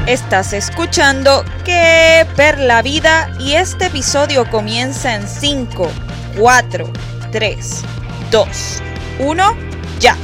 Estás escuchando Que Per la Vida y este episodio comienza en 5, 4, 3, 2, 1, ya.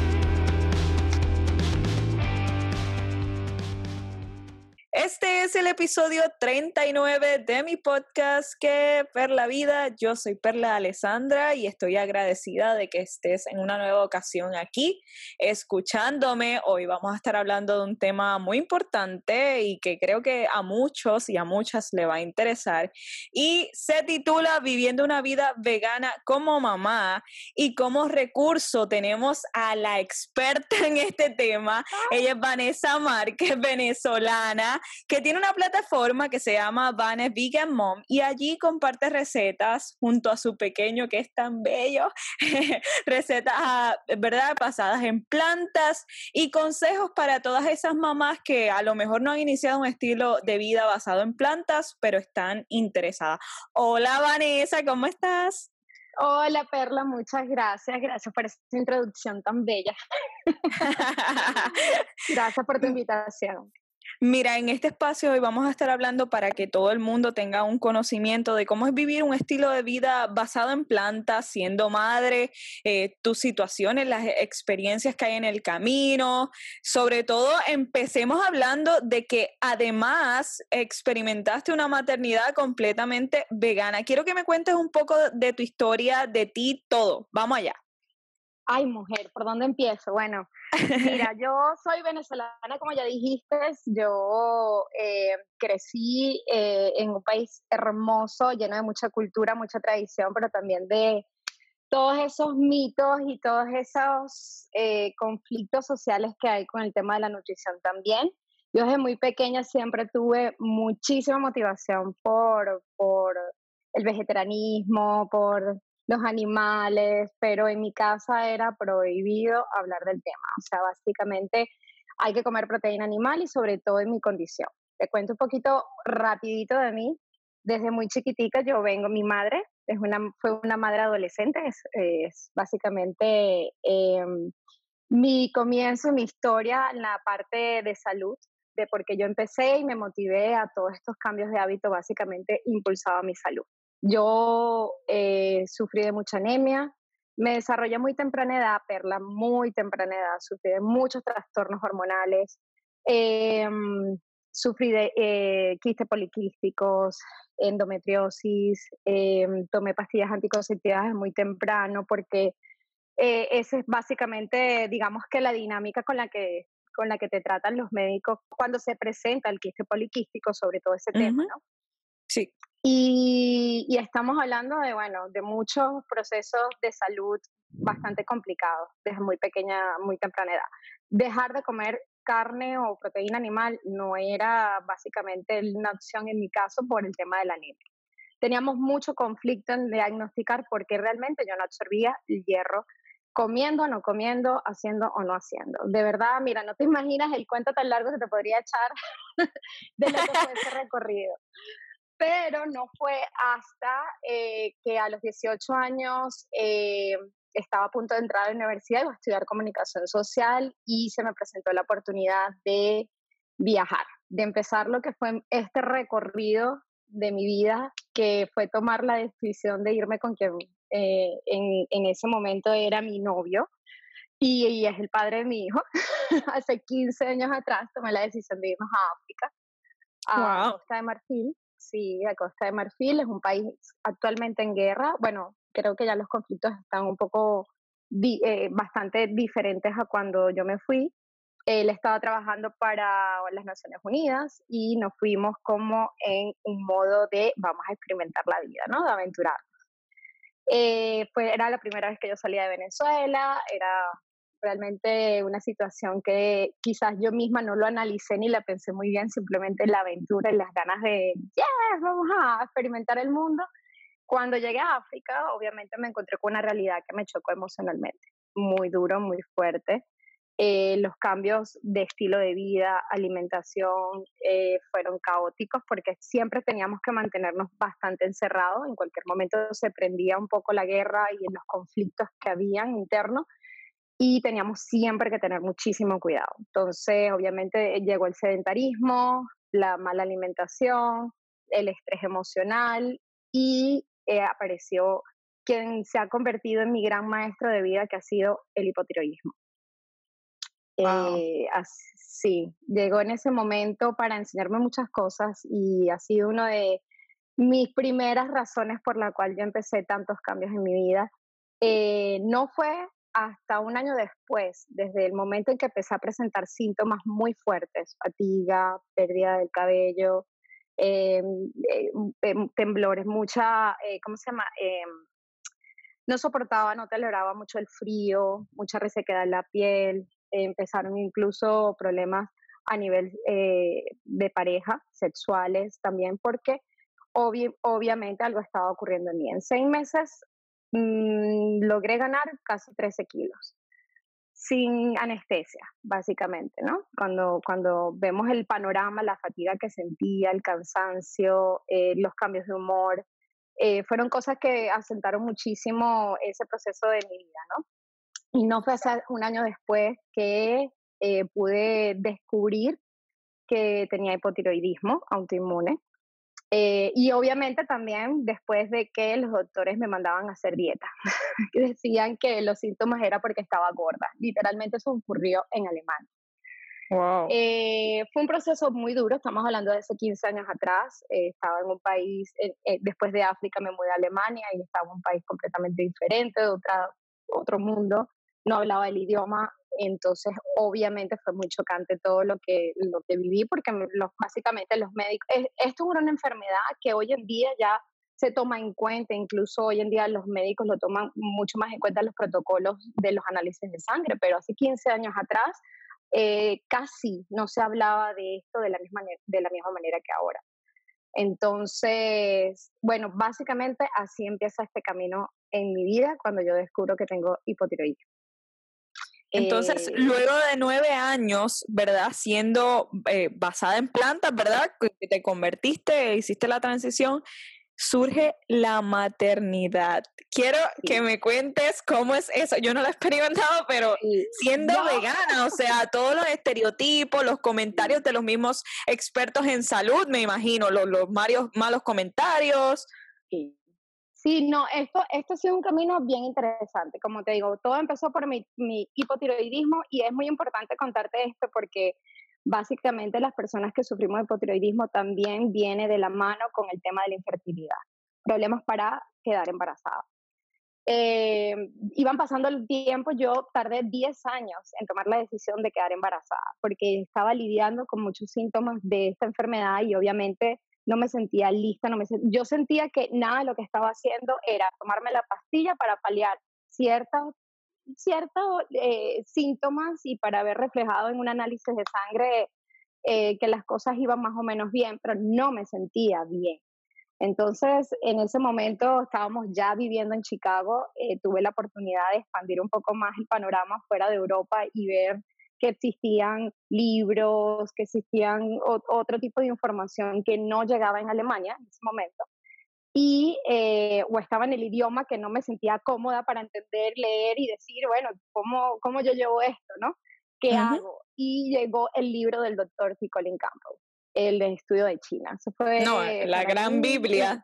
Este es el episodio 39 de mi podcast Que Per la Vida. Yo soy Perla Alessandra y estoy agradecida de que estés en una nueva ocasión aquí escuchándome. Hoy vamos a estar hablando de un tema muy importante y que creo que a muchos y a muchas le va a interesar, y se titula Viviendo una vida vegana como mamá. Y como recurso tenemos a la experta en este tema. Ella es Vanessa Márquez, venezolana, que tiene una plataforma que se llama Vanes Vegan Mom, y allí comparte recetas junto a su pequeño, que es tan bello, recetas, ¿verdad?, basadas en plantas y consejos para todas esas mamás que a lo mejor no han iniciado un estilo de vida basado en plantas, pero están interesadas. Hola Vanessa, ¿cómo estás? Hola Perla, muchas gracias. Gracias por esa introducción tan bella. Gracias por tu invitación. Mira, en este espacio hoy vamos a estar hablando para que todo el mundo tenga un conocimiento de cómo es vivir un estilo de vida basado en plantas, siendo madre, tus situaciones, las experiencias que hay en el camino. Sobre todo, empecemos hablando de que además experimentaste una maternidad completamente vegana. Quiero que me cuentes un poco de tu historia, de ti, todo. Vamos allá. Ay, mujer, ¿por dónde empiezo? Bueno, mira, yo soy venezolana, como ya dijiste. Yo crecí en un país hermoso, lleno de mucha cultura, mucha tradición, pero también de todos esos mitos y todos esos conflictos sociales que hay con el tema de la nutrición también. Yo desde muy pequeña siempre tuve muchísima motivación por el vegetarianismo, por los animales, pero en mi casa era prohibido hablar del tema. O sea, básicamente hay que comer proteína animal y sobre todo en mi condición. Te cuento un poquito rapidito de mí. Desde muy chiquitica mi madre fue una madre adolescente, es básicamente mi comienzo, mi historia en la parte de salud, de por qué yo empecé y me motivé a todos estos cambios de hábito, básicamente impulsaba mi salud. Yo sufrí de mucha anemia, me desarrollé a muy temprana edad, Perla, muy temprana edad, sufrí de muchos trastornos hormonales, eh, sufrí de quistes poliquísticos, endometriosis, tomé pastillas anticonceptivas desde muy temprano porque esa es básicamente, digamos que la dinámica con la que te tratan los médicos cuando se presenta el quiste poliquístico, sobre todo ese tema, ¿no? Sí. Y estamos hablando de, bueno, de muchos procesos de salud bastante complicados desde muy pequeña, muy temprana edad. Dejar de comer carne o proteína animal no era básicamente una opción en mi caso por el tema de la anemia. Teníamos mucho conflicto en diagnosticar por qué realmente yo no absorbía el hierro, comiendo, no comiendo, haciendo o no haciendo. De verdad, mira, no te imaginas el cuento tan largo que te podría echar de lo que fue ese recorrido. Pero no fue hasta que a los 18 años estaba a punto de entrar a la universidad, iba a estudiar comunicación social y se me presentó la oportunidad de viajar, de empezar lo que fue este recorrido de mi vida, que fue tomar la decisión de irme con quien en ese momento era mi novio y es el padre de mi hijo. Hace 15 años atrás tomé la decisión de irnos a África, a Wow. Costa de Marfil. Sí, a Costa de Marfil es un país actualmente en guerra. Bueno, creo que ya los conflictos están un poco bastante diferentes a cuando yo me fui. Él estaba trabajando para las Naciones Unidas y nos fuimos como en un modo de vamos a experimentar la vida, ¿no? De aventurar. Era la primera vez que yo salía de Venezuela, era realmente una situación que quizás yo misma no lo analicé ni la pensé muy bien, simplemente la aventura y las ganas de, yes, vamos a experimentar el mundo. Cuando llegué a África, obviamente me encontré con una realidad que me chocó emocionalmente, muy duro, muy fuerte. Los cambios de estilo de vida, alimentación, fueron caóticos porque siempre teníamos que mantenernos bastante encerrados. En cualquier momento se prendía un poco la guerra y en los conflictos que habían internos y teníamos siempre que tener muchísimo cuidado. Entonces, obviamente, llegó el sedentarismo, la mala alimentación, el estrés emocional y apareció quien se ha convertido en mi gran maestro de vida, que ha sido el hipotiroidismo. Wow. Sí, llegó en ese momento para enseñarme muchas cosas y ha sido una de mis primeras razones por la cual yo empecé tantos cambios en mi vida. No fue hasta un año después, desde el momento en que empecé a presentar síntomas muy fuertes, fatiga, pérdida del cabello, eh, temblores, mucha, ¿cómo se llama? No soportaba, no toleraba mucho el frío, mucha resequedad en la piel, empezaron incluso problemas a nivel de pareja, sexuales también, porque obviamente algo estaba ocurriendo en mí. En 6 meses logré ganar casi 13 kilos, sin anestesia, básicamente, ¿no? Cuando vemos el panorama, la fatiga que sentía, el cansancio, los cambios de humor, fueron cosas que asentaron muchísimo ese proceso de mi vida, ¿no? Y no fue hasta un año después que pude descubrir que tenía hipotiroidismo autoinmune. Y obviamente también después de que los doctores me mandaban a hacer dieta, que decían que los síntomas era porque estaba gorda. Literalmente eso ocurrió en Alemania. Wow. Fue un proceso muy duro, estamos hablando de hace 15 años atrás. Estaba en un país, después de África me mudé a Alemania y estaba en un país completamente diferente, de otro mundo, no hablaba el idioma, entonces obviamente fue muy chocante todo lo que viví, porque básicamente los médicos, esto era una enfermedad que hoy en día ya se toma en cuenta, incluso hoy en día los médicos lo toman mucho más en cuenta en los protocolos de los análisis de sangre, pero hace 15 años atrás casi no se hablaba de esto de la misma manera que ahora. Entonces, bueno, básicamente así empieza este camino en mi vida cuando yo descubro que tengo hipotiroidismo. Entonces, Eh, luego de 9 años, ¿verdad? Siendo basada en plantas, ¿verdad? Que te convertiste, hiciste la transición, surge la maternidad. Quiero que sí, me cuentes cómo es eso. Yo no lo he experimentado, pero sí. siendo Yo, vegana, o sea, todos los estereotipos, los comentarios de los mismos expertos en salud, me imagino, los malos comentarios. sí. Sí, no, esto ha sido un camino bien interesante. Como te digo, todo empezó por mi hipotiroidismo y es muy importante contarte esto porque básicamente las personas que sufrimos de hipotiroidismo también viene de la mano con el tema de la infertilidad, problemas para quedar embarazada. Eh, Iban pasando el tiempo, yo tardé 10 años en tomar la decisión de quedar embarazada porque estaba lidiando con muchos síntomas de esta enfermedad y obviamente no me sentía lista, yo sentía que nada de lo que estaba haciendo era tomarme la pastilla para paliar ciertos, ciertos síntomas y para ver reflejado en un análisis de sangre que las cosas iban más o menos bien, pero no me sentía bien. Entonces, en ese momento estábamos ya viviendo en Chicago, tuve la oportunidad de expandir un poco más el panorama fuera de Europa y ver que existían libros, que existían otro tipo de información que no llegaba en Alemania en ese momento. Y o estaba en el idioma que no me sentía cómoda para entender, leer y decir, bueno, ¿cómo yo llevo esto, no? ¿Qué Ujú. hago? Y llegó el libro del doctor Colin Campbell, el estudio de China. Eso No, fue la para gran mí, Biblia.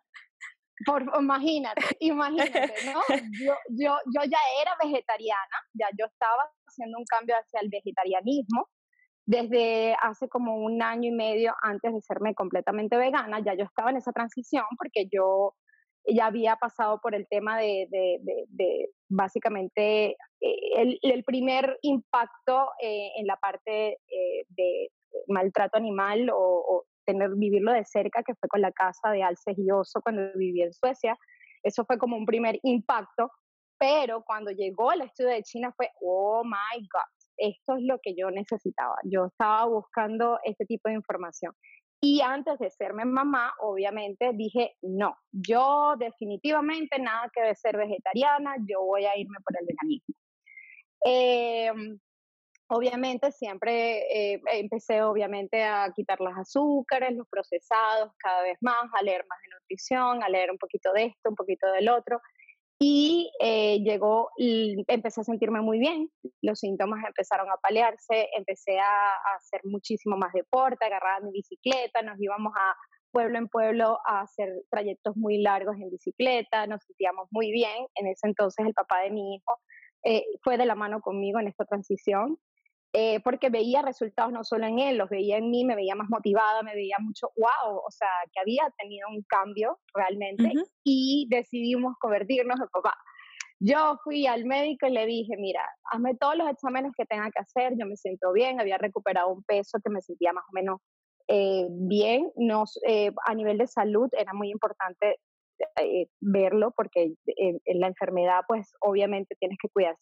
imagínate, ¿no? Yo ya era vegetariana, ya yo estaba haciendo un cambio hacia el vegetarianismo. Desde hace como un año y medio antes de serme completamente vegana, ya yo estaba en esa transición porque yo ya había pasado por el tema de básicamente el primer impacto en la parte de maltrato animal o vivirlo de cerca, que fue con la caza de alces y oso cuando viví en Suecia. Eso fue como un primer impacto, pero cuando llegó el estudio de China fue, oh my God, esto es lo que yo necesitaba. Yo estaba buscando este tipo de información. Y antes de serme mamá, obviamente dije, no, yo definitivamente nada que de ser vegetariana, yo voy a irme por el veganismo. Eh, Obviamente siempre empecé obviamente a quitar los azúcares, los procesados cada vez más, a leer más de nutrición, a leer un poquito de esto, un poquito del otro. Y empecé a sentirme muy bien, los síntomas empezaron a paliarse, empecé a hacer muchísimo más deporte, agarraba mi bicicleta, nos íbamos a pueblo en pueblo a hacer trayectos muy largos en bicicleta, nos sentíamos muy bien. En ese entonces el papá de mi hijo fue de la mano conmigo en esta transición, porque veía resultados no solo en él, los veía en mí, me veía más motivada, me veía mucho, wow, o sea, que había tenido un cambio realmente, Ujú. y decidimos convertirnos en papá. Yo fui al médico y le dije, mira, hazme todos los exámenes que tenga que hacer, yo me siento bien, había recuperado un peso que me sentía más o menos bien. A nivel de salud era muy importante verlo porque en la enfermedad pues obviamente tienes que cuidar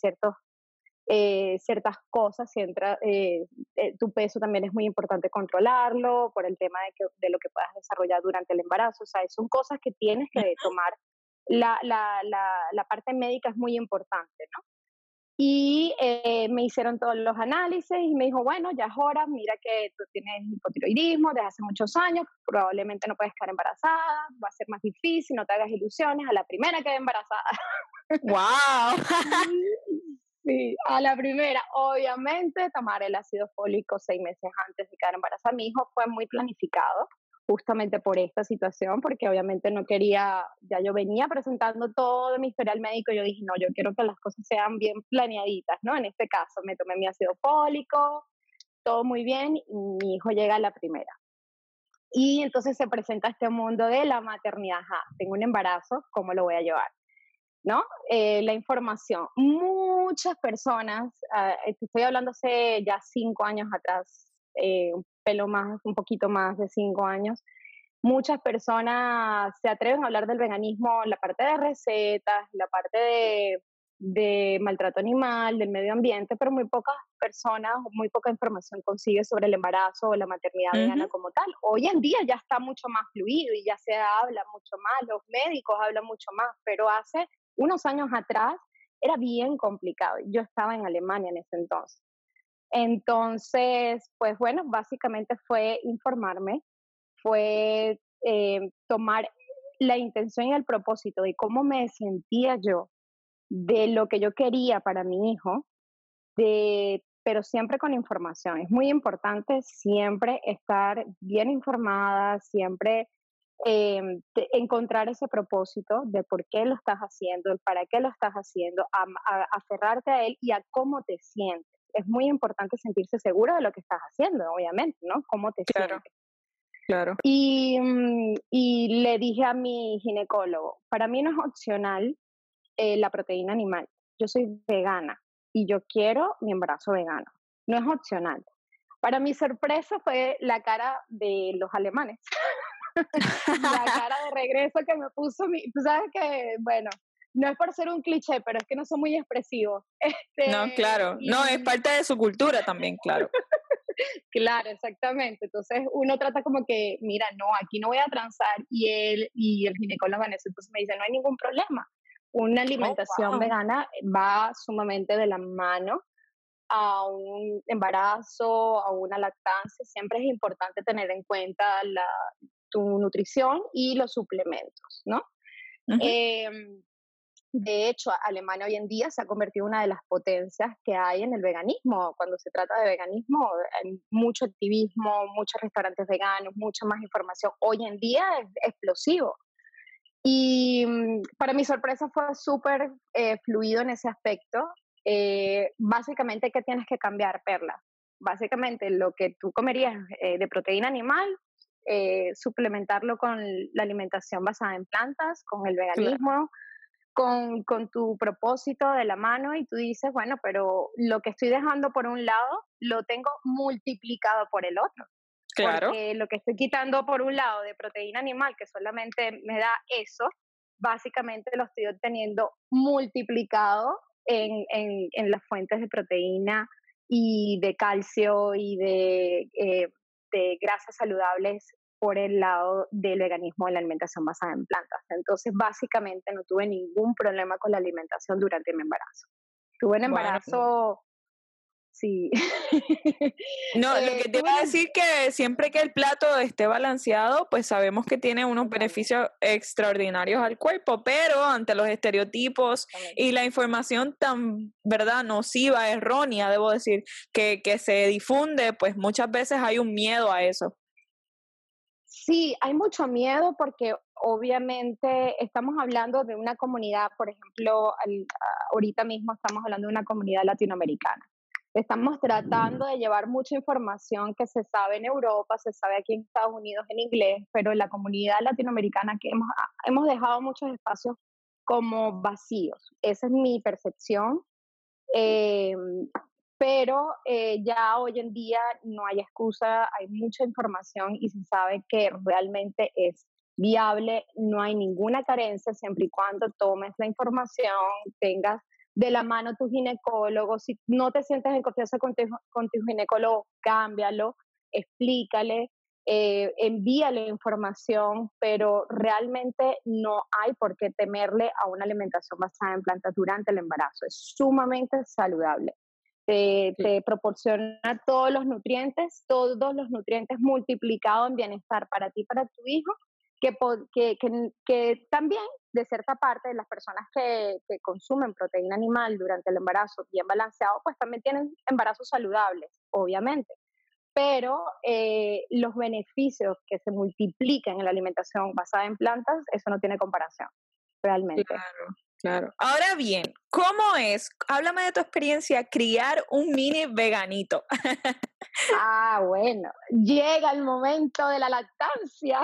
ciertas cosas. Si entra, tu peso también es muy importante controlarlo por el tema de lo que puedas desarrollar durante el embarazo. O sea, son cosas que tienes que tomar. La parte médica es muy importante, ¿no? Y me hicieron todos los análisis y me dijo, bueno, ya es hora, mira que tú tienes hipotiroidismo desde hace muchos años, probablemente no puedes quedar embarazada, va a ser más difícil, no te hagas ilusiones, a la primera quedé embarazada. ¡Wow! Sí, a la primera, obviamente, tomar el ácido fólico 6 meses antes de quedar embarazada. Mi hijo fue muy planificado, justamente por esta situación, porque obviamente no quería, ya yo venía presentando todo mi historial médico, yo dije, no, yo quiero que las cosas sean bien planeaditas, ¿no? En este caso, me tomé mi ácido fólico, todo muy bien, y mi hijo llega a la primera. Y entonces se presenta este mundo de la maternidad. Ajá, tengo un embarazo, ¿cómo lo voy a llevar? ¿No? La información. Muchas personas, te estoy hablando hace ya 5 años atrás, un poquito más de 5 años, muchas personas se atreven a hablar del veganismo, la parte de recetas, la parte de maltrato animal, del medio ambiente, pero muy pocas personas, muy poca información consigue sobre el embarazo o la maternidad vegana Ujú. como tal. Hoy en día ya está mucho más fluido y ya se habla mucho más, los médicos hablan mucho más, pero hace unos años atrás era bien complicado. Yo estaba en Alemania en ese entonces. Entonces, pues bueno, básicamente fue informarme, fue tomar la intención y el propósito de cómo me sentía yo, de lo que yo quería para mi hijo, pero siempre con información. Es muy importante siempre estar bien informada, siempre encontrar ese propósito de por qué lo estás haciendo, el para qué lo estás haciendo, aferrarte a él y a cómo te sientes. Es muy importante sentirse seguro de lo que estás haciendo, obviamente, ¿no? Cómo te Claro, sientes. claro. Y le dije a mi ginecólogo, para mí no es opcional la proteína animal. Yo soy vegana y yo quiero mi embarazo vegano. No es opcional. Para mi sorpresa fue la cara de los alemanes. La cara de regreso que me puso tú sabes que, bueno, no es por ser un cliché, pero es que no son muy expresivos. No, claro. No, es parte de su cultura también, claro. Claro, exactamente. Entonces uno trata como que, mira, no, aquí no voy a transar, y el ginecólogo en ese entonces me dice, no hay ningún problema. Una Oh, alimentación wow. vegana va sumamente de la mano a un embarazo, a una lactancia. Siempre es importante tener en cuenta tu nutrición y los suplementos, ¿no? Ujú. Eh, de hecho, Alemania hoy en día se ha convertido en una de las potencias que hay en el veganismo. Cuando se trata de veganismo, hay mucho activismo, muchos restaurantes veganos, mucha más información. Hoy en día es explosivo. Y para mi sorpresa fue súper fluido en ese aspecto. Básicamente, ¿qué tienes que cambiar, Perla? Básicamente, lo que tú comerías de proteína animal, suplementarlo con la alimentación basada en plantas, con el Claro, veganismo, con tu propósito de la mano, y tú dices, bueno, pero lo que estoy dejando por un lado lo tengo multiplicado por el otro, claro. porque lo que estoy quitando por un lado de proteína animal, que solamente me da eso, básicamente lo estoy obteniendo multiplicado en las fuentes de proteína y de calcio y de grasas saludables por el lado del veganismo, de la alimentación basada en plantas. Entonces, básicamente no tuve ningún problema con la alimentación durante mi embarazo. Tuve un Bueno, embarazo Sí. No, lo que te iba a decir que siempre que el plato esté balanceado, pues sabemos que tiene unos beneficios extraordinarios al cuerpo, pero ante los estereotipos y la información tan, ¿verdad?, nociva, errónea, debo decir, que se difunde, pues muchas veces hay un miedo a eso. Sí, hay mucho miedo porque obviamente estamos hablando de una comunidad, por ejemplo, ahorita mismo estamos hablando de una comunidad latinoamericana. Estamos tratando de llevar mucha información que se sabe en Europa, se sabe aquí en Estados Unidos en inglés, pero en la comunidad latinoamericana que hemos dejado muchos espacios como vacíos. Esa es mi percepción. Eh, pero ya hoy en día no hay excusa, hay mucha información y se sabe que realmente es viable, no hay ninguna carencia siempre y cuando tomes la información, tengas de la mano tu ginecólogo, si no te sientes en confianza con tu ginecólogo, cámbialo, explícale, envíale información, pero realmente no hay por qué temerle a una alimentación basada en plantas durante el embarazo. Es sumamente saludable. Te proporciona todos los nutrientes multiplicados en bienestar para ti y para tu hijo, que también de cierta parte de las personas que consumen proteína animal durante el embarazo bien balanceado, pues también tienen embarazos saludables, obviamente. Pero los beneficios que se multiplican en la alimentación basada en plantas, eso no tiene comparación, realmente. Claro, claro. Ahora bien, ¿cómo es? Háblame de tu experiencia criar un mini veganito. Ah, bueno, llega el momento de la lactancia.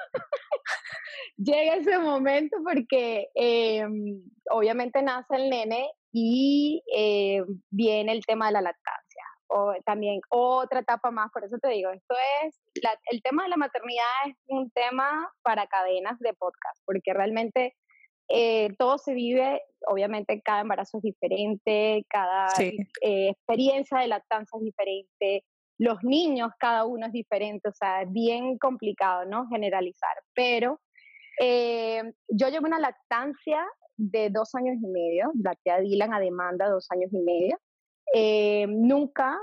Llega ese momento porque obviamente nace el nene y viene el tema de la lactancia. O también otra etapa más, por eso te digo, el tema de la maternidad es un tema para cadenas de podcast, porque realmente todo se vive, obviamente cada embarazo es diferente, cada Sí. experiencia de lactancia es diferente, los niños, cada uno es diferente, o sea, es bien complicado, ¿no? Generalizar, pero yo llevo una lactancia de 2 años y medio, lacté a Dylan a demanda 2 años y medio. Nunca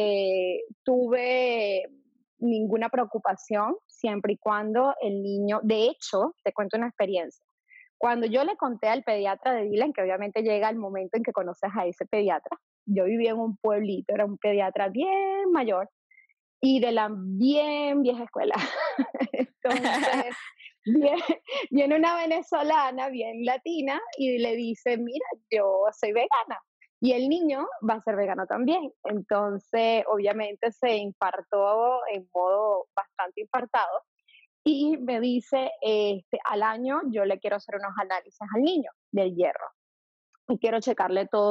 tuve ninguna preocupación, siempre y cuando el niño, de hecho, te cuento una experiencia. Cuando yo le conté al pediatra de Dylan, que obviamente llega el momento en que conoces a ese pediatra, yo vivía en un pueblito, era un pediatra bien mayor y de la bien vieja escuela. Entonces, viene, viene una venezolana bien latina y le dice, mira, yo soy vegana y el niño va a ser vegano también. Entonces, obviamente se infartó en modo bastante infartado y me dice, al año yo le quiero hacer unos análisis al niño del hierro y quiero checarle todo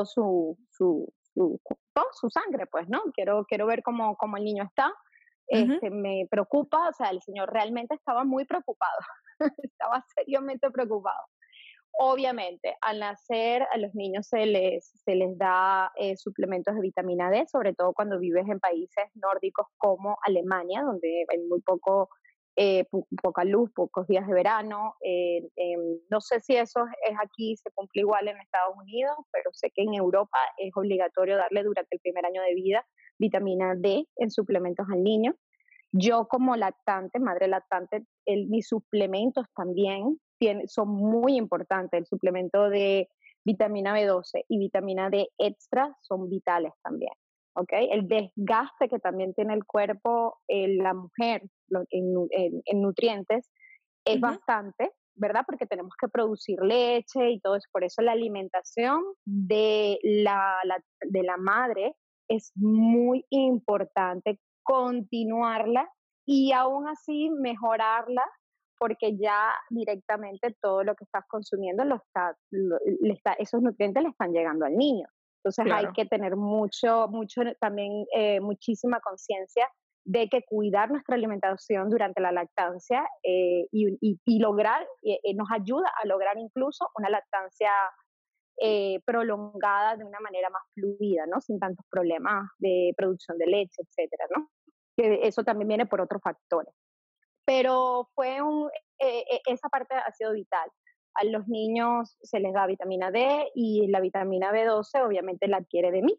toda su sangre, pues, ¿no? Quiero ver cómo el niño está. Ujú. Me preocupa, o sea, el señor realmente estaba muy preocupado, estaba seriamente preocupado. Obviamente, al nacer a los niños se les da suplementos de vitamina D, sobre todo cuando vives en países nórdicos como Alemania, donde hay muy poca luz, pocos días de verano. No sé si eso es aquí, se cumple igual en Estados Unidos, pero sé que en Europa es obligatorio darle durante el primer año de vida vitamina D en suplementos al niño. Yo como lactante, madre lactante, mis suplementos también son muy importantes. El suplemento de vitamina B12 y vitamina D extra son vitales también. ¿Ok? El desgaste que también tiene el cuerpo, la mujer en nutrientes es Ujú. bastante, ¿verdad? Porque tenemos que producir leche y todo eso. Por eso la alimentación de la madre es muy importante continuarla y aún así mejorarla porque ya directamente todo lo que estás consumiendo esos nutrientes le están llegando al niño. Entonces hay Claro. que tener mucho también muchísima conciencia de que cuidar nuestra alimentación durante la lactancia y lograr, nos ayuda a lograr incluso una lactancia prolongada de una manera más fluida, ¿no? Sin tantos problemas de producción de leche, etcétera, ¿no? Que eso también viene por otros factores. Pero esa parte ha sido vital. A los niños se les da vitamina D y la vitamina B12 obviamente la adquiere de mí.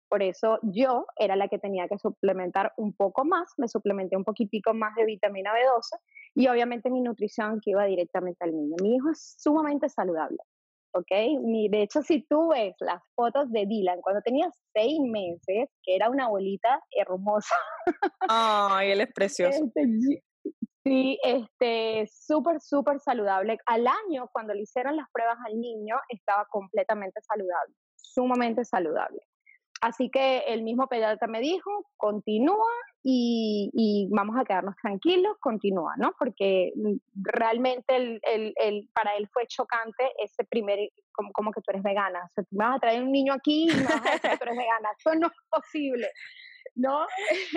Por eso yo era la que tenía que suplementar un poco más, me suplementé un poquitico más de vitamina B12 y obviamente mi nutrición que iba directamente al niño. Mi hijo es sumamente saludable, ¿ok? De hecho, si tú ves las fotos de Dylan cuando tenía 6 meses, que era una abuelita hermosa, Ay, él es precioso. este, sí, súper, súper saludable. Al año, cuando le hicieron las pruebas al niño, estaba completamente saludable, sumamente saludable. Así que el mismo pediatra me dijo, continúa y vamos a quedarnos tranquilos, continúa, ¿no? Porque realmente para él fue chocante ese primer, como que tú eres vegana. O sea, tú me vas a traer un niño aquí y me vas a decir que tú eres vegana. Eso no es posible, ¿no?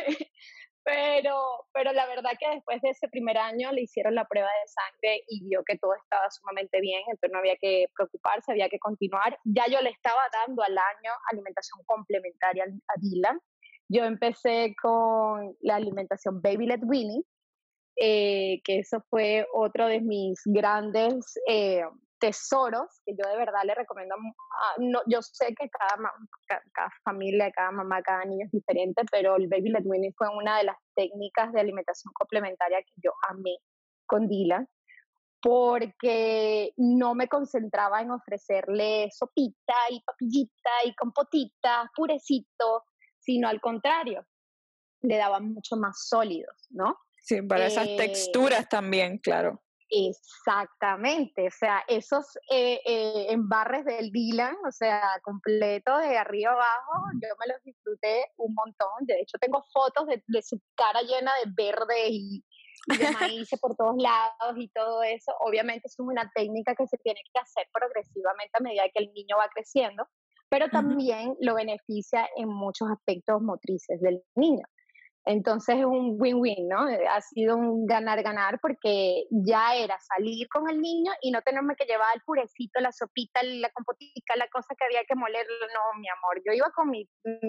Pero la verdad que después de ese primer año le hicieron la prueba de sangre y vio que todo estaba sumamente bien, entonces no había que preocuparse, había que continuar. Ya yo le estaba dando al año alimentación complementaria a Dylan. Yo empecé con la alimentación Baby Led Weaning, que eso fue otro de mis grandes tesoros que yo de verdad le recomiendo. No, yo sé que cada familia, cada mamá, cada niño es diferente, pero el Baby Led Weaning fue una de las técnicas de alimentación complementaria que yo amé con Dylan, porque no me concentraba en ofrecerle sopita y papillita y compotita, purecito, sino al contrario, le daba mucho más sólidos, ¿no? Sí, para esas Eh, texturas también, claro. Exactamente, o sea, esos embarres del Dylan, o sea, completo de arriba abajo, yo me los disfruté un montón. De hecho, tengo fotos de su cara llena de verde y de maíz por todos lados y todo eso. Obviamente es una técnica que se tiene que hacer progresivamente a medida que el niño va creciendo, pero Ujú. también lo beneficia en muchos aspectos motrices del niño. Entonces es un win-win, ¿no? Ha sido un ganar-ganar porque ya era salir con el niño y no tenerme que llevar el purecito, la sopita, la compotica, la cosa que había que molerlo. No, mi amor, yo iba con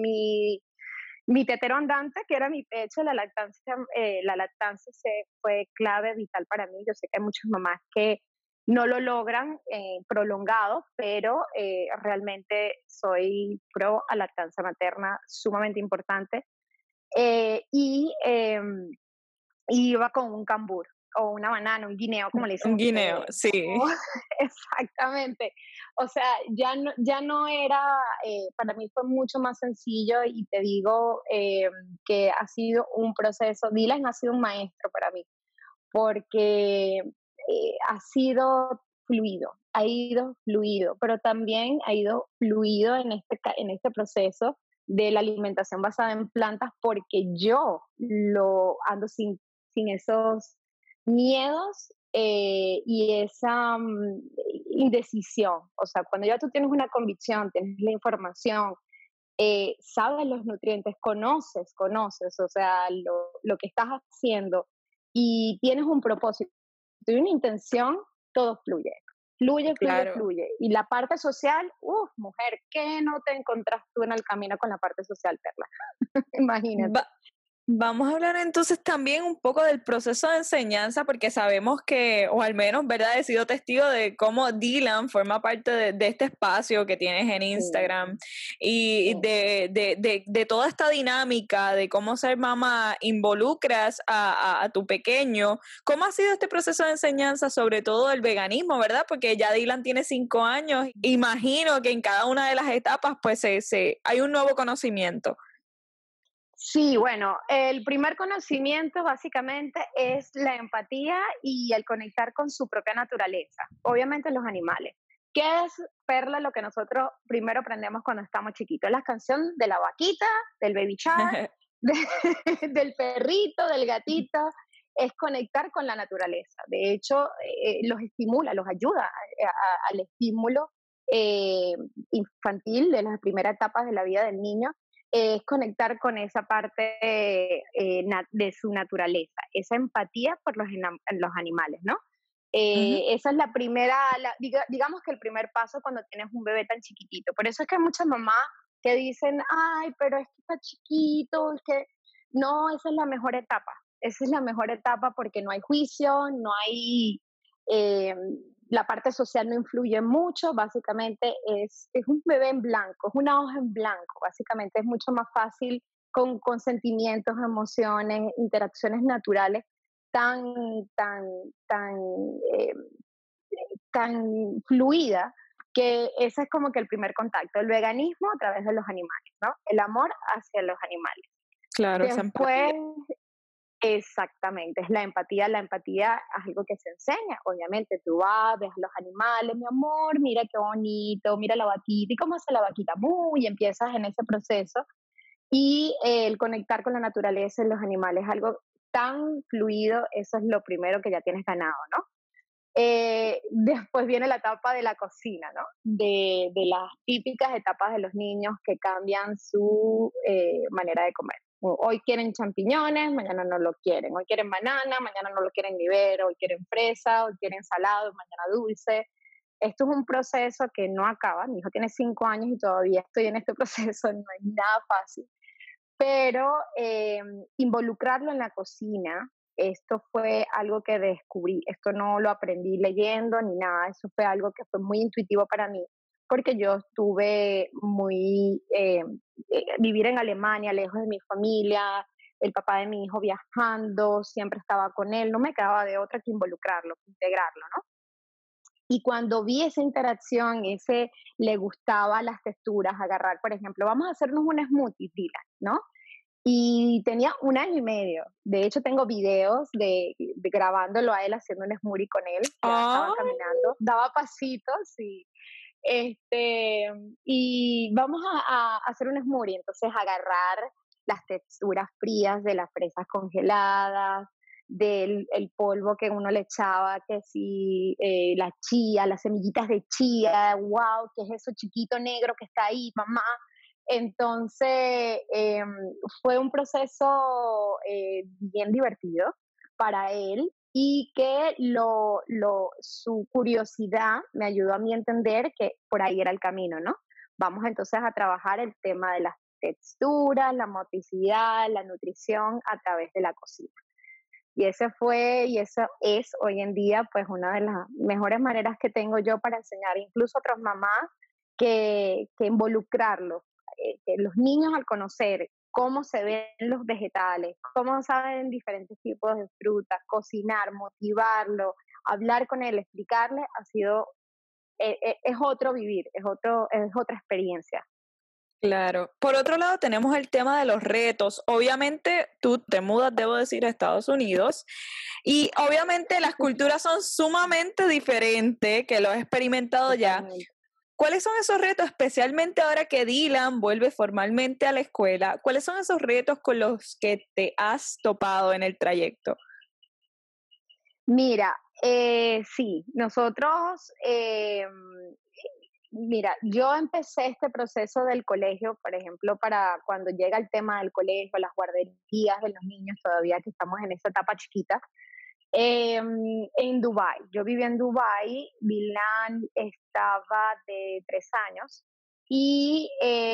mi tetero andante, que era mi pecho. La lactancia fue clave, vital para mí. Yo sé que hay muchas mamás que no lo logran prolongado, pero realmente soy pro a lactancia materna, sumamente importante. eh, y eh, iba con un cambur o una banana, un guineo, como le dicen Un guineo, ustedes. sí. Exactamente. O sea, ya no era, para mí fue mucho más sencillo y te digo que ha sido un proceso. Dylan ha sido un maestro para mí porque ha sido fluido, ha ido fluido, pero también ha ido fluido en este proceso de la alimentación basada en plantas porque yo lo ando sin esos miedos y esa indecisión. O sea, cuando ya tú tienes una convicción, tienes la información, sabes los nutrientes, conoces, o sea, lo que estás haciendo y tienes un propósito y una intención, todo fluye. Fluye, fluye, Claro. fluye. Y la parte social, mujer, ¿qué no te encontrás tú en el camino con la parte social, Perla? Imagínate. Va- Vamos a hablar entonces también un poco del proceso de enseñanza, porque sabemos que, o al menos, ¿verdad? He sido testigo de cómo Dylan forma parte de este espacio que tienes en Sí, Instagram y sí. de toda esta dinámica de cómo ser mamá involucras a tu pequeño. ¿Cómo ha sido este proceso de enseñanza, sobre todo el veganismo, ¿verdad? Porque ya Dylan tiene 5 años. Imagino que en cada una de las etapas, pues, hay un nuevo conocimiento. Sí, bueno, el primer conocimiento básicamente es la empatía y el conectar con su propia naturaleza, obviamente los animales. ¿Qué es, Perla, lo que nosotros primero aprendemos cuando estamos chiquitos? La canción de la vaquita, del baby shark, del perrito, del gatito, es conectar con la naturaleza. De hecho, los estimula, los ayuda al estímulo eh, infantil de las primeras etapas de la vida del niño, es conectar con esa parte de su naturaleza, esa empatía por los animales, ¿no? Ujú. Esa es la primera, digamos que el primer paso cuando tienes un bebé tan chiquitito. Por eso es que hay muchas mamás que dicen, ay, pero es que está chiquito, es que no, esa es la mejor etapa. Esa es la mejor etapa porque no hay juicio, no hay, eh, la parte social no influye mucho, básicamente es un bebé en blanco, es una hoja en blanco, básicamente es mucho más fácil con sentimientos, emociones, interacciones naturales tan, tan, tan, eh, tan fluida que ese es como que el primer contacto, el veganismo a través de los animales, ¿no? El amor hacia los animales. Claro, esa Después, empatía. exactamente, es la empatía es algo que se enseña, obviamente, tú vas, ves a los animales, mi amor, mira qué bonito, mira la vaquita, ¿y cómo hace la vaquita? Muy, y empiezas en ese proceso, y el conectar con la naturaleza y los animales es algo tan fluido, eso es lo primero que ya tienes ganado, ¿no? Después viene la etapa de la cocina, ¿no? De las típicas etapas de los niños que cambian su manera de comer. Hoy quieren champiñones, mañana no lo quieren. Hoy quieren banana, mañana no lo quieren ni ver. Hoy quieren fresa, hoy quieren salado, mañana dulce. Esto es un proceso que no acaba. Mi hijo tiene 5 años y todavía estoy en este proceso, no es nada fácil, pero involucrarlo en la cocina, esto fue algo que descubrí, esto no lo aprendí leyendo ni nada, eso fue algo que fue muy intuitivo para mí, porque yo estuve vivir en Alemania, lejos de mi familia, el papá de mi hijo viajando, siempre estaba con él, no me quedaba de otra que involucrarlo, que integrarlo, ¿no? Y cuando vi esa interacción, ese le gustaba las texturas, agarrar, por ejemplo, vamos a hacernos un smoothie, Dylan, ¿no? Y tenía 1 año y medio. De hecho, tengo videos de grabándolo a él haciendo un smoothie con él. Ya estaba Ay, caminando, daba pasitos y vamos a hacer un smoothie. Entonces, agarrar las texturas frías de las fresas congeladas, del el polvo que uno le echaba, que si la chía, las semillitas de chía, wow, ¿qué es eso chiquito negro que está ahí, mamá? Entonces, fue un proceso bien divertido para él y que su curiosidad me ayudó a mí a entender que por ahí era el camino, ¿no? Vamos entonces a trabajar el tema de las texturas, la motricidad, la nutrición a través de la cocina. Y eso es hoy en día pues una de las mejores maneras que tengo yo para enseñar incluso a otras mamás que involucrarlos, que los niños al conocer cómo se ven los vegetales, cómo saben diferentes tipos de frutas, cocinar, motivarlo, hablar con él, explicarle, es otro vivir, es otra experiencia. claro. Por otro lado, tenemos el tema de los retos. Obviamente, tú te mudas, debo decir, a Estados Unidos y obviamente las culturas son sumamente diferentes, que lo he experimentado ya. Totalmente. ¿Cuáles son esos retos, especialmente ahora que Dylan vuelve formalmente a la escuela? ¿Cuáles son esos retos con los que te has topado en el trayecto? Mira, sí, nosotros, mira, yo empecé este proceso del colegio, por ejemplo, para cuando llega el tema del colegio, las guarderías de los niños, todavía que estamos en esa etapa chiquita, en Dubái. Yo vivía en Dubái, Dylan estaba de 3 años y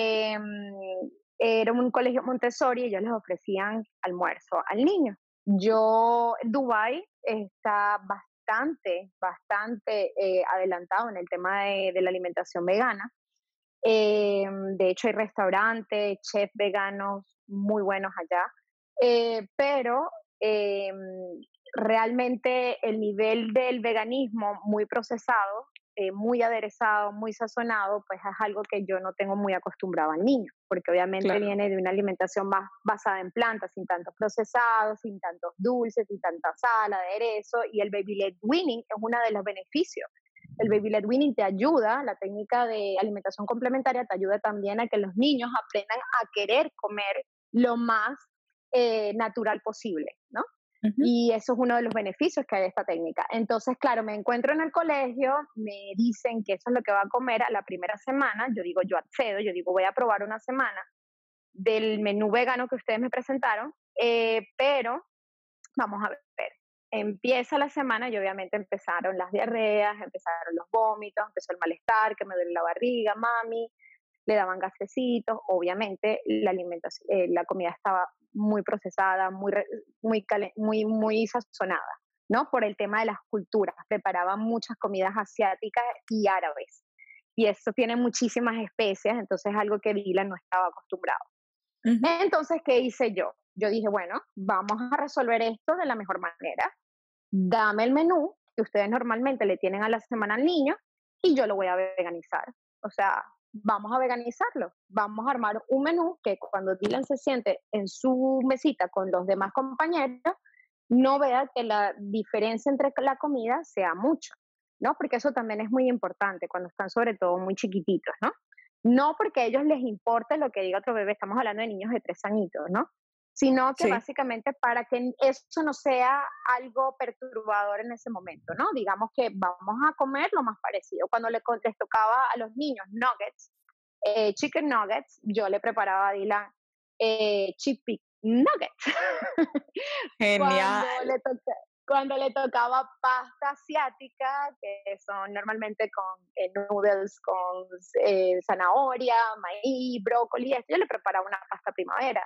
era un colegio Montessori y ellos les ofrecían almuerzo al niño. Dubái está bastante adelantado en el tema de la alimentación vegana. De hecho, hay restaurantes, chefs veganos muy buenos allá, pero eh, realmente el nivel del veganismo muy procesado, muy aderezado, muy sazonado, pues es algo que yo no tengo muy acostumbrado al niño, porque obviamente Claro, viene de una alimentación más basada en plantas, sin tantos procesados, sin tantos dulces, sin tanta sal, aderezo, y el baby led weaning es uno de los beneficios. El baby led weaning te ayuda, la técnica de alimentación complementaria te ayuda también a que los niños aprendan a querer comer lo más natural posible, ¿no? ujú, Y eso es uno de los beneficios que hay de esta técnica. Entonces, claro, me encuentro en el colegio, me dicen que eso es lo que va a comer a la primera semana, yo digo, yo accedo, yo digo, voy a probar una semana del menú vegano que ustedes me presentaron, pero vamos a ver. Empieza la semana y obviamente empezaron las diarreas, empezaron los vómitos, empezó el malestar, que me duele la barriga, mami, le daban gasecitos, obviamente la alimentación, la comida estaba muy procesada, muy sazonada. ¿no? Por el tema de las culturas. Preparaban muchas comidas asiáticas y árabes. Y eso tiene muchísimas especias, entonces es algo que Dylan no estaba acostumbrado. Ujú. Entonces, ¿qué hice yo? Yo dije, bueno, vamos a resolver esto de la mejor manera. Dame el menú que ustedes normalmente le tienen a la semana al niño y yo lo voy a veganizar. O sea, vamos a veganizarlo. Vamos a armar un menú que cuando Dylan se siente en su mesita con los demás compañeros, no vea que la diferencia entre la comida sea mucho, ¿no? Porque eso también es muy importante cuando están sobre todo muy chiquititos, ¿no? No porque a ellos les importe lo que diga otro bebé, estamos hablando de niños de 3 añitos, ¿no? Sino que Sí. básicamente para que eso no sea algo perturbador en ese momento, ¿no? Digamos que vamos a comer lo más parecido. Cuando les tocaba a los niños nuggets, chicken nuggets, yo le preparaba a Dylan chickpea nuggets. Genial. Cuando le, toca, cuando le tocaba pasta asiática, que son normalmente con noodles, con zanahoria, maíz, brócoli, yo le preparaba una pasta primavera.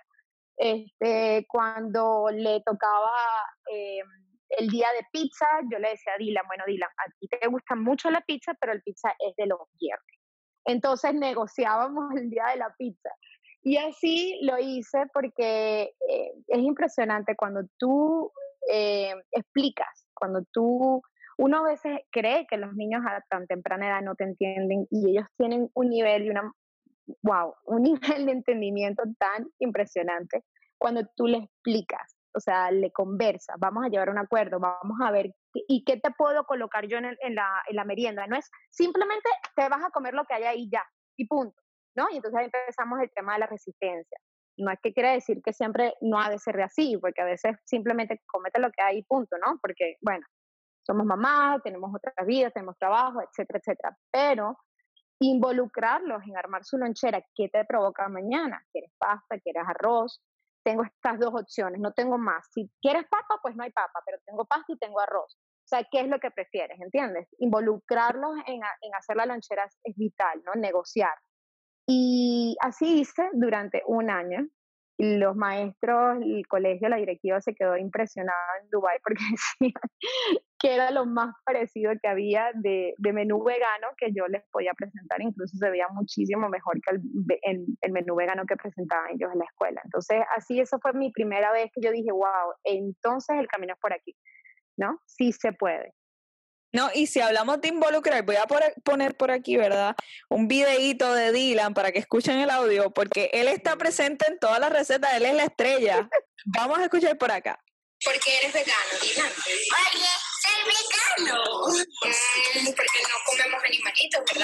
Cuando le tocaba eh, el día de pizza, yo le decía a Dylan, bueno, Dylan, a ti te gusta mucho la pizza, pero el pizza es de los viernes. Entonces negociábamos el día de la pizza. Y así lo hice porque es impresionante cuando tú explicas, cuando uno a veces cree que los niños a tan temprana edad no te entienden y ellos tienen un nivel y un nivel de entendimiento tan impresionante cuando tú le explicas, o sea, le conversas, vamos a llevar un acuerdo, vamos a ver, ¿y qué te puedo colocar yo en la merienda? No es simplemente te vas a comer lo que hay ahí ya, y punto, ¿no? Y entonces ahí empezamos el tema de la resistencia. No es que quiere decir que siempre no ha de ser así, porque a veces simplemente comete lo que hay y punto, ¿no? Porque, bueno, somos mamás, tenemos otras vidas, tenemos trabajo, etcétera, etcétera. Pero involucrarlos en armar su lonchera, ¿qué te provoca mañana? ¿Quieres pasta? ¿Quieres arroz? Tengo estas dos opciones, no tengo más. Si quieres papa, pues no hay papa, pero tengo pasta y tengo arroz. O sea, ¿qué es lo que prefieres? ¿Entiendes? Involucrarlos en hacer la lonchera es vital, ¿no? Negociar. Y así hice durante un año. Y los maestros, el colegio, la directiva se quedó impresionada en Dubái porque decían que era lo más parecido que había de menú vegano que yo les podía presentar, incluso se veía muchísimo mejor que el menú vegano que presentaban ellos en la escuela. Entonces, así, eso fue mi primera vez que yo dije, wow, entonces el camino es por aquí, ¿no? Sí se puede. No, y si hablamos de involucrar, voy a poner por aquí, ¿verdad? Un videíto de Dylan para que escuchen el audio, porque él está presente en todas las recetas, él es la estrella. Vamos a escuchar por acá. ¿Por qué eres vegano, Dylan? Porque soy vegano. Porque no comemos animalitos, ¿verdad?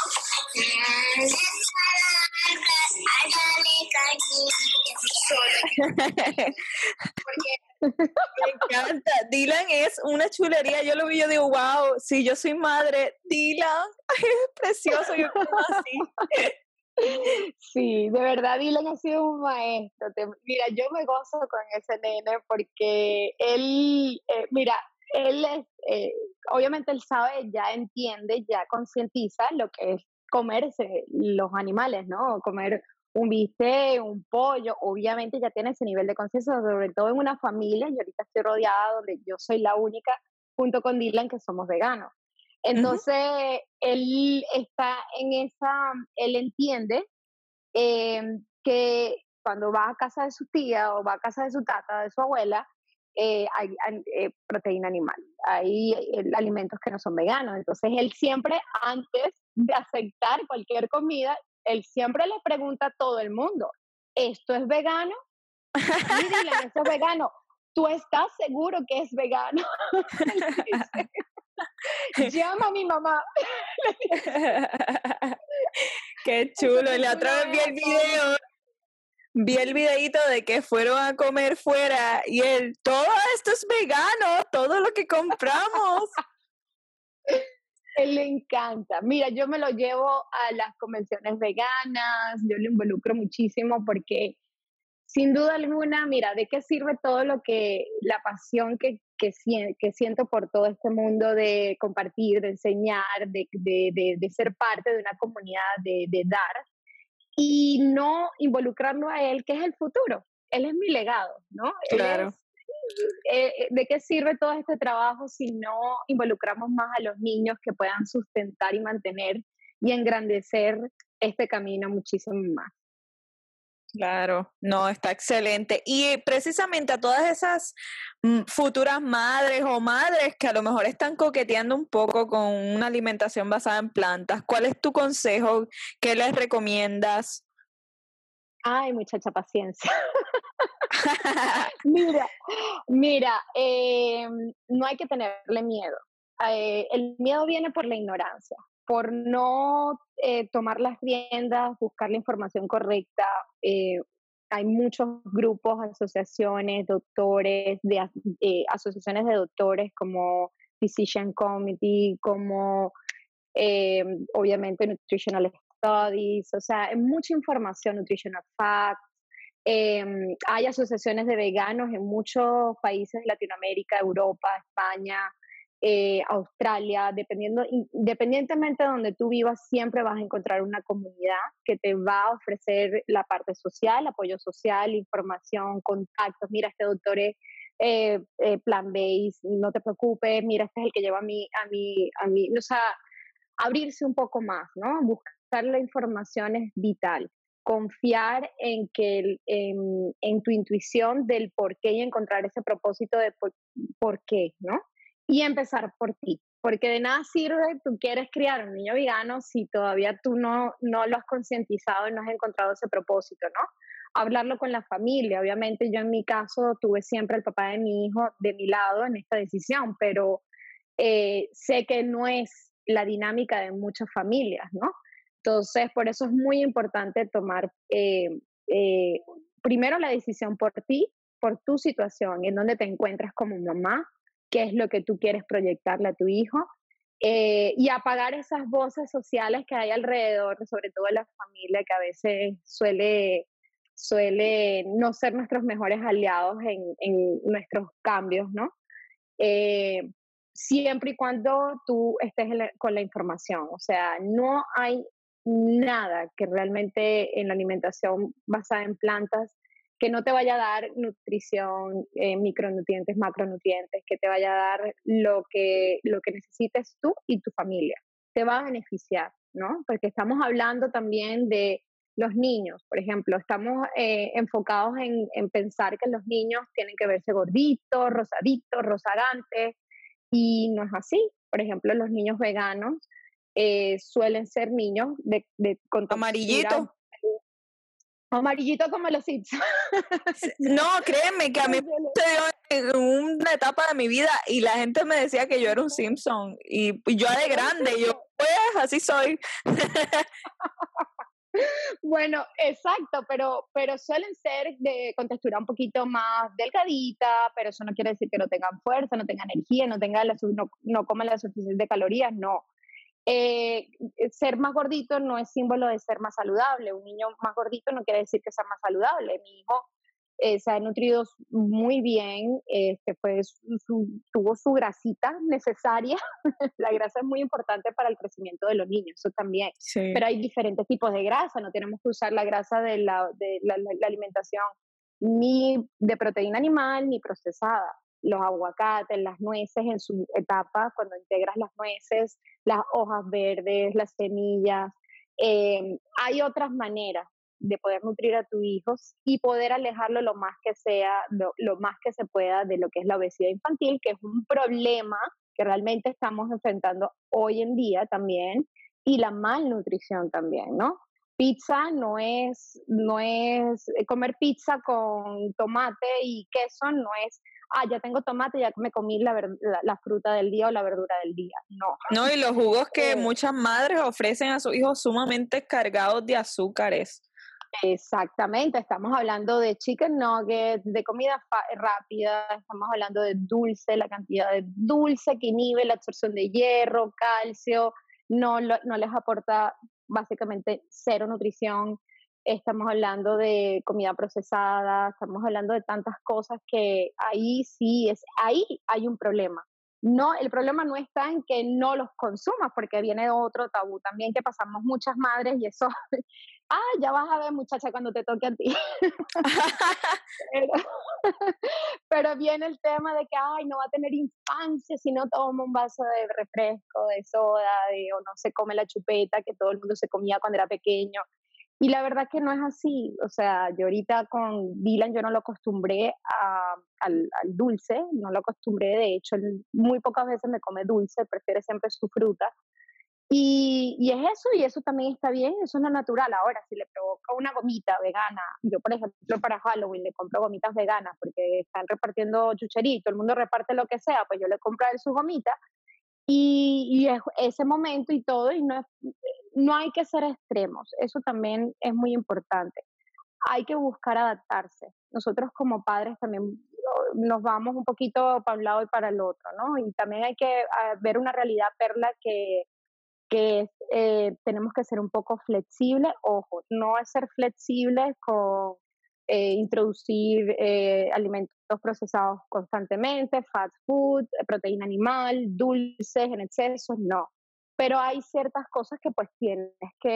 Me encanta. Dylan es una chulería. Yo lo vi, yo digo, wow, si yo soy madre, Dylan es precioso, yo como así. Sí, de verdad Dylan ha sido un maestro. Mira, yo me gozo con ese nene porque mira, él es, obviamente él sabe, ya entiende, ya concientiza lo que es comerse los animales, ¿no? Comer un bistec, un pollo, obviamente ya tiene ese nivel de conciencia, sobre todo en una familia. Yo ahorita estoy rodeada donde yo soy la única, junto con Dylan, que somos veganos. Ujú. Entonces, él entiende eh, que cuando va a casa de su tía o va a casa de su tata, de su abuela, hay proteína animal, hay alimentos que no son veganos. Entonces, él siempre, antes de aceptar cualquier comida, él siempre le pregunta a todo el mundo, ¿esto es vegano? Sí, Dylan, esto es vegano. ¿Tú estás seguro que es vegano? Llama a mi mamá. Qué Eso chulo. Y que la tú lo otra vez ves a todos. vi el videito de que fueron a comer fuera y él, todo esto es vegano, todo lo que compramos. Él le encanta. Mira, yo me lo llevo a las convenciones veganas, yo lo involucro muchísimo porque sin duda alguna, mira, ¿de qué sirve todo la pasión que siento por todo este mundo de compartir, de enseñar, de ser parte de una comunidad, de dar, y no involucrarlo a él, que es el futuro? Él es mi legado, ¿no? Él Claro. es ¿de qué sirve todo este trabajo si no involucramos más a los niños que puedan sustentar y mantener y engrandecer este camino muchísimo más? Claro, no, está excelente. Y precisamente a todas esas futuras madres o madres que a lo mejor están coqueteando un poco con una alimentación basada en plantas, ¿cuál es tu consejo? ¿Qué les recomiendas? Ay, muchacha, paciencia. Mira, mira, no hay que tenerle miedo. El miedo viene por la ignorancia, por no tomar las riendas, buscar la información correcta. eh, Hay muchos grupos, asociaciones, doctores, asociaciones de doctores como Physician Committee, como eh, obviamente Nutritional Studies, o sea, hay mucha información, Nutritional Facts. Hay asociaciones de veganos en muchos países de Latinoamérica, Europa, España, Australia, independientemente de donde tú vivas, siempre vas a encontrar una comunidad que te va a ofrecer la parte social, apoyo social, información, contactos. Mira, este doctor es plant-based, no te preocupes, mira, este es el que lleva o sea, abrirse un poco más, ¿no? Buscar la información es vital. Confiar en en tu intuición del por qué y encontrar ese propósito de por qué, ¿no? Y empezar por ti. Porque de nada sirve, tú quieres criar un niño vegano si todavía tú no lo has concientizado y no has encontrado ese propósito, ¿no? Hablarlo con la familia. Obviamente yo en mi caso tuve siempre al papá de mi hijo de mi lado en esta decisión, pero sé que no es la dinámica de muchas familias, ¿no? Entonces, por eso es muy importante tomar eh, primero la decisión por ti, por tu situación, en donde te encuentras como mamá, qué es lo que tú quieres proyectarle a tu hijo, y apagar esas voces sociales que hay alrededor, sobre todo en la familia, que a veces suele no ser nuestros mejores aliados en nuestros cambios, ¿no? Eh, Siempre y cuando tú estés con la información. O sea, no hay nada que realmente en la alimentación basada en plantas que no te vaya a dar nutrición, micronutrientes, macronutrientes, que te vaya a dar lo que necesites tú y tu familia. Te va a beneficiar, ¿no? Porque estamos hablando también de los niños, por ejemplo, estamos enfocados en pensar que los niños tienen que verse gorditos, rosaditos, rozagantes, y no es así. Por ejemplo, los niños veganos suelen ser niños con textura Amarillito. amarillito como los Simpsons. No, créeme que a mí me sucedió en una etapa de mi vida y la gente me decía que yo era un Simpson y yo de grande, yo pues así soy. Bueno, exacto, pero suelen ser con textura un poquito más delgadita, pero eso no quiere decir que no tengan fuerza, no tengan energía, no coman la suficiente calorías, no. Eh, Ser más gordito no es símbolo de ser más saludable. Un niño más gordito no quiere decir que sea más saludable. Mi hijo se ha nutrido muy bien, tuvo su grasita necesaria. La grasa es muy importante para el crecimiento de los niños, eso también. Sí. Pero hay diferentes tipos de grasa, no tenemos que usar la grasa de la alimentación ni de proteína animal ni procesada. Los aguacates, las nueces en su etapa, cuando integras las nueces, las hojas verdes, las semillas. Hay otras maneras de poder nutrir a tus hijos y poder alejarlo lo más que sea, lo más que se pueda de lo que es la obesidad infantil, que es un problema que realmente estamos enfrentando hoy en día también, y la malnutrición también, ¿no? Pizza no es comer pizza con tomate y queso, no es, ya tengo tomate, ya me comí la fruta del día o la verdura del día. No. No, y los jugos que Eh, muchas madres ofrecen a sus hijos sumamente cargados de azúcares. Exactamente, estamos hablando de chicken nuggets, de comida rápida, estamos hablando de dulce, la cantidad de dulce que inhibe la absorción de hierro, calcio, no les aporta básicamente cero nutrición. Estamos hablando de comida procesada, estamos hablando de tantas cosas que ahí hay un problema. No, el problema no está en que no los consumas, porque viene otro tabú también que pasamos muchas madres y eso ya vas a ver, muchacha, cuando te toque a ti. Pero, pero viene el tema de que, ay, no va a tener infancia si no toma un vaso de refresco, de soda, o no se come la chupeta que todo el mundo se comía cuando era pequeño. Y la verdad que no es así. O sea, yo ahorita con Dylan yo no lo acostumbré al dulce, no lo acostumbré. De hecho, él muy pocas veces me come dulce, prefiere siempre su fruta. Y es eso, y eso también está bien, eso es lo natural. Ahora, si le provoca una gomita vegana, yo por ejemplo para Halloween le compro gomitas veganas porque están repartiendo chucherito, el mundo reparte lo que sea, pues yo le compro a él sus gomitas y es ese momento y todo, y no hay que ser extremos, eso también es muy importante. Hay que buscar adaptarse. Nosotros como padres también nos vamos un poquito para un lado y para el otro, ¿no? Y también hay que ver una realidad, Perla, que es, tenemos que ser un poco flexibles. Ojo, no es ser flexibles con introducir alimentos procesados constantemente, fast food, proteína animal, dulces en exceso, no. Pero hay ciertas cosas que pues tienes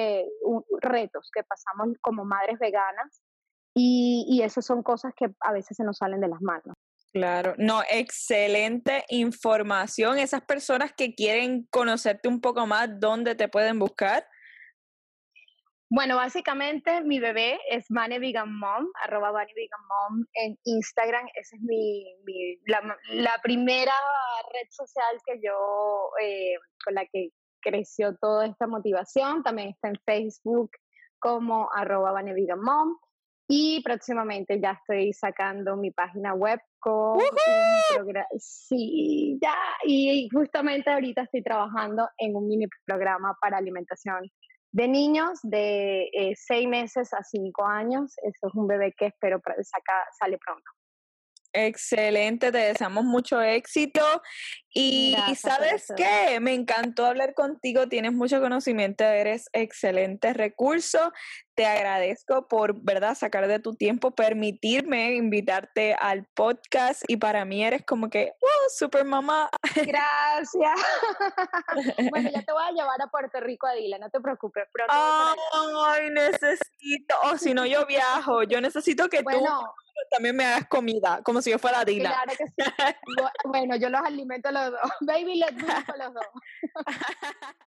retos que pasamos como madres veganas y esas son cosas que a veces se nos salen de las manos. Claro, no, excelente información. Esas personas que quieren conocerte un poco más, ¿dónde te pueden buscar? Bueno, básicamente mi bebé es Vane Vegan Mom, @Vane Vegan Mom en Instagram. Esa es la primera red social que yo, con la que creció toda esta motivación. También está en Facebook como @Vane Vegan Mom. Y próximamente ya estoy sacando mi página web con un programa. Sí, ya. Y justamente ahorita estoy trabajando en un mini programa para alimentación de niños de 6 meses a 5 años. Eso es un bebé que espero sale pronto. Excelente, te deseamos mucho éxito. Y Gracias, ¿sabes corazón. qué? Me encantó hablar contigo, tienes mucho conocimiento, eres excelente recurso. Te agradezco por, ¿verdad?, sacar de tu tiempo, permitirme invitarte al podcast y para mí eres como que, super mamá. Gracias. Bueno, ya te voy a llevar a Puerto Rico a Dila, no te preocupes, pronto voy para allá. Ay, necesito, o si no yo viajo, yo necesito que tú Bueno, también me hagas comida, como si yo fuera Dina. claro que sí. Bueno, yo los alimento a los dos. Baby, let's do it for los dos.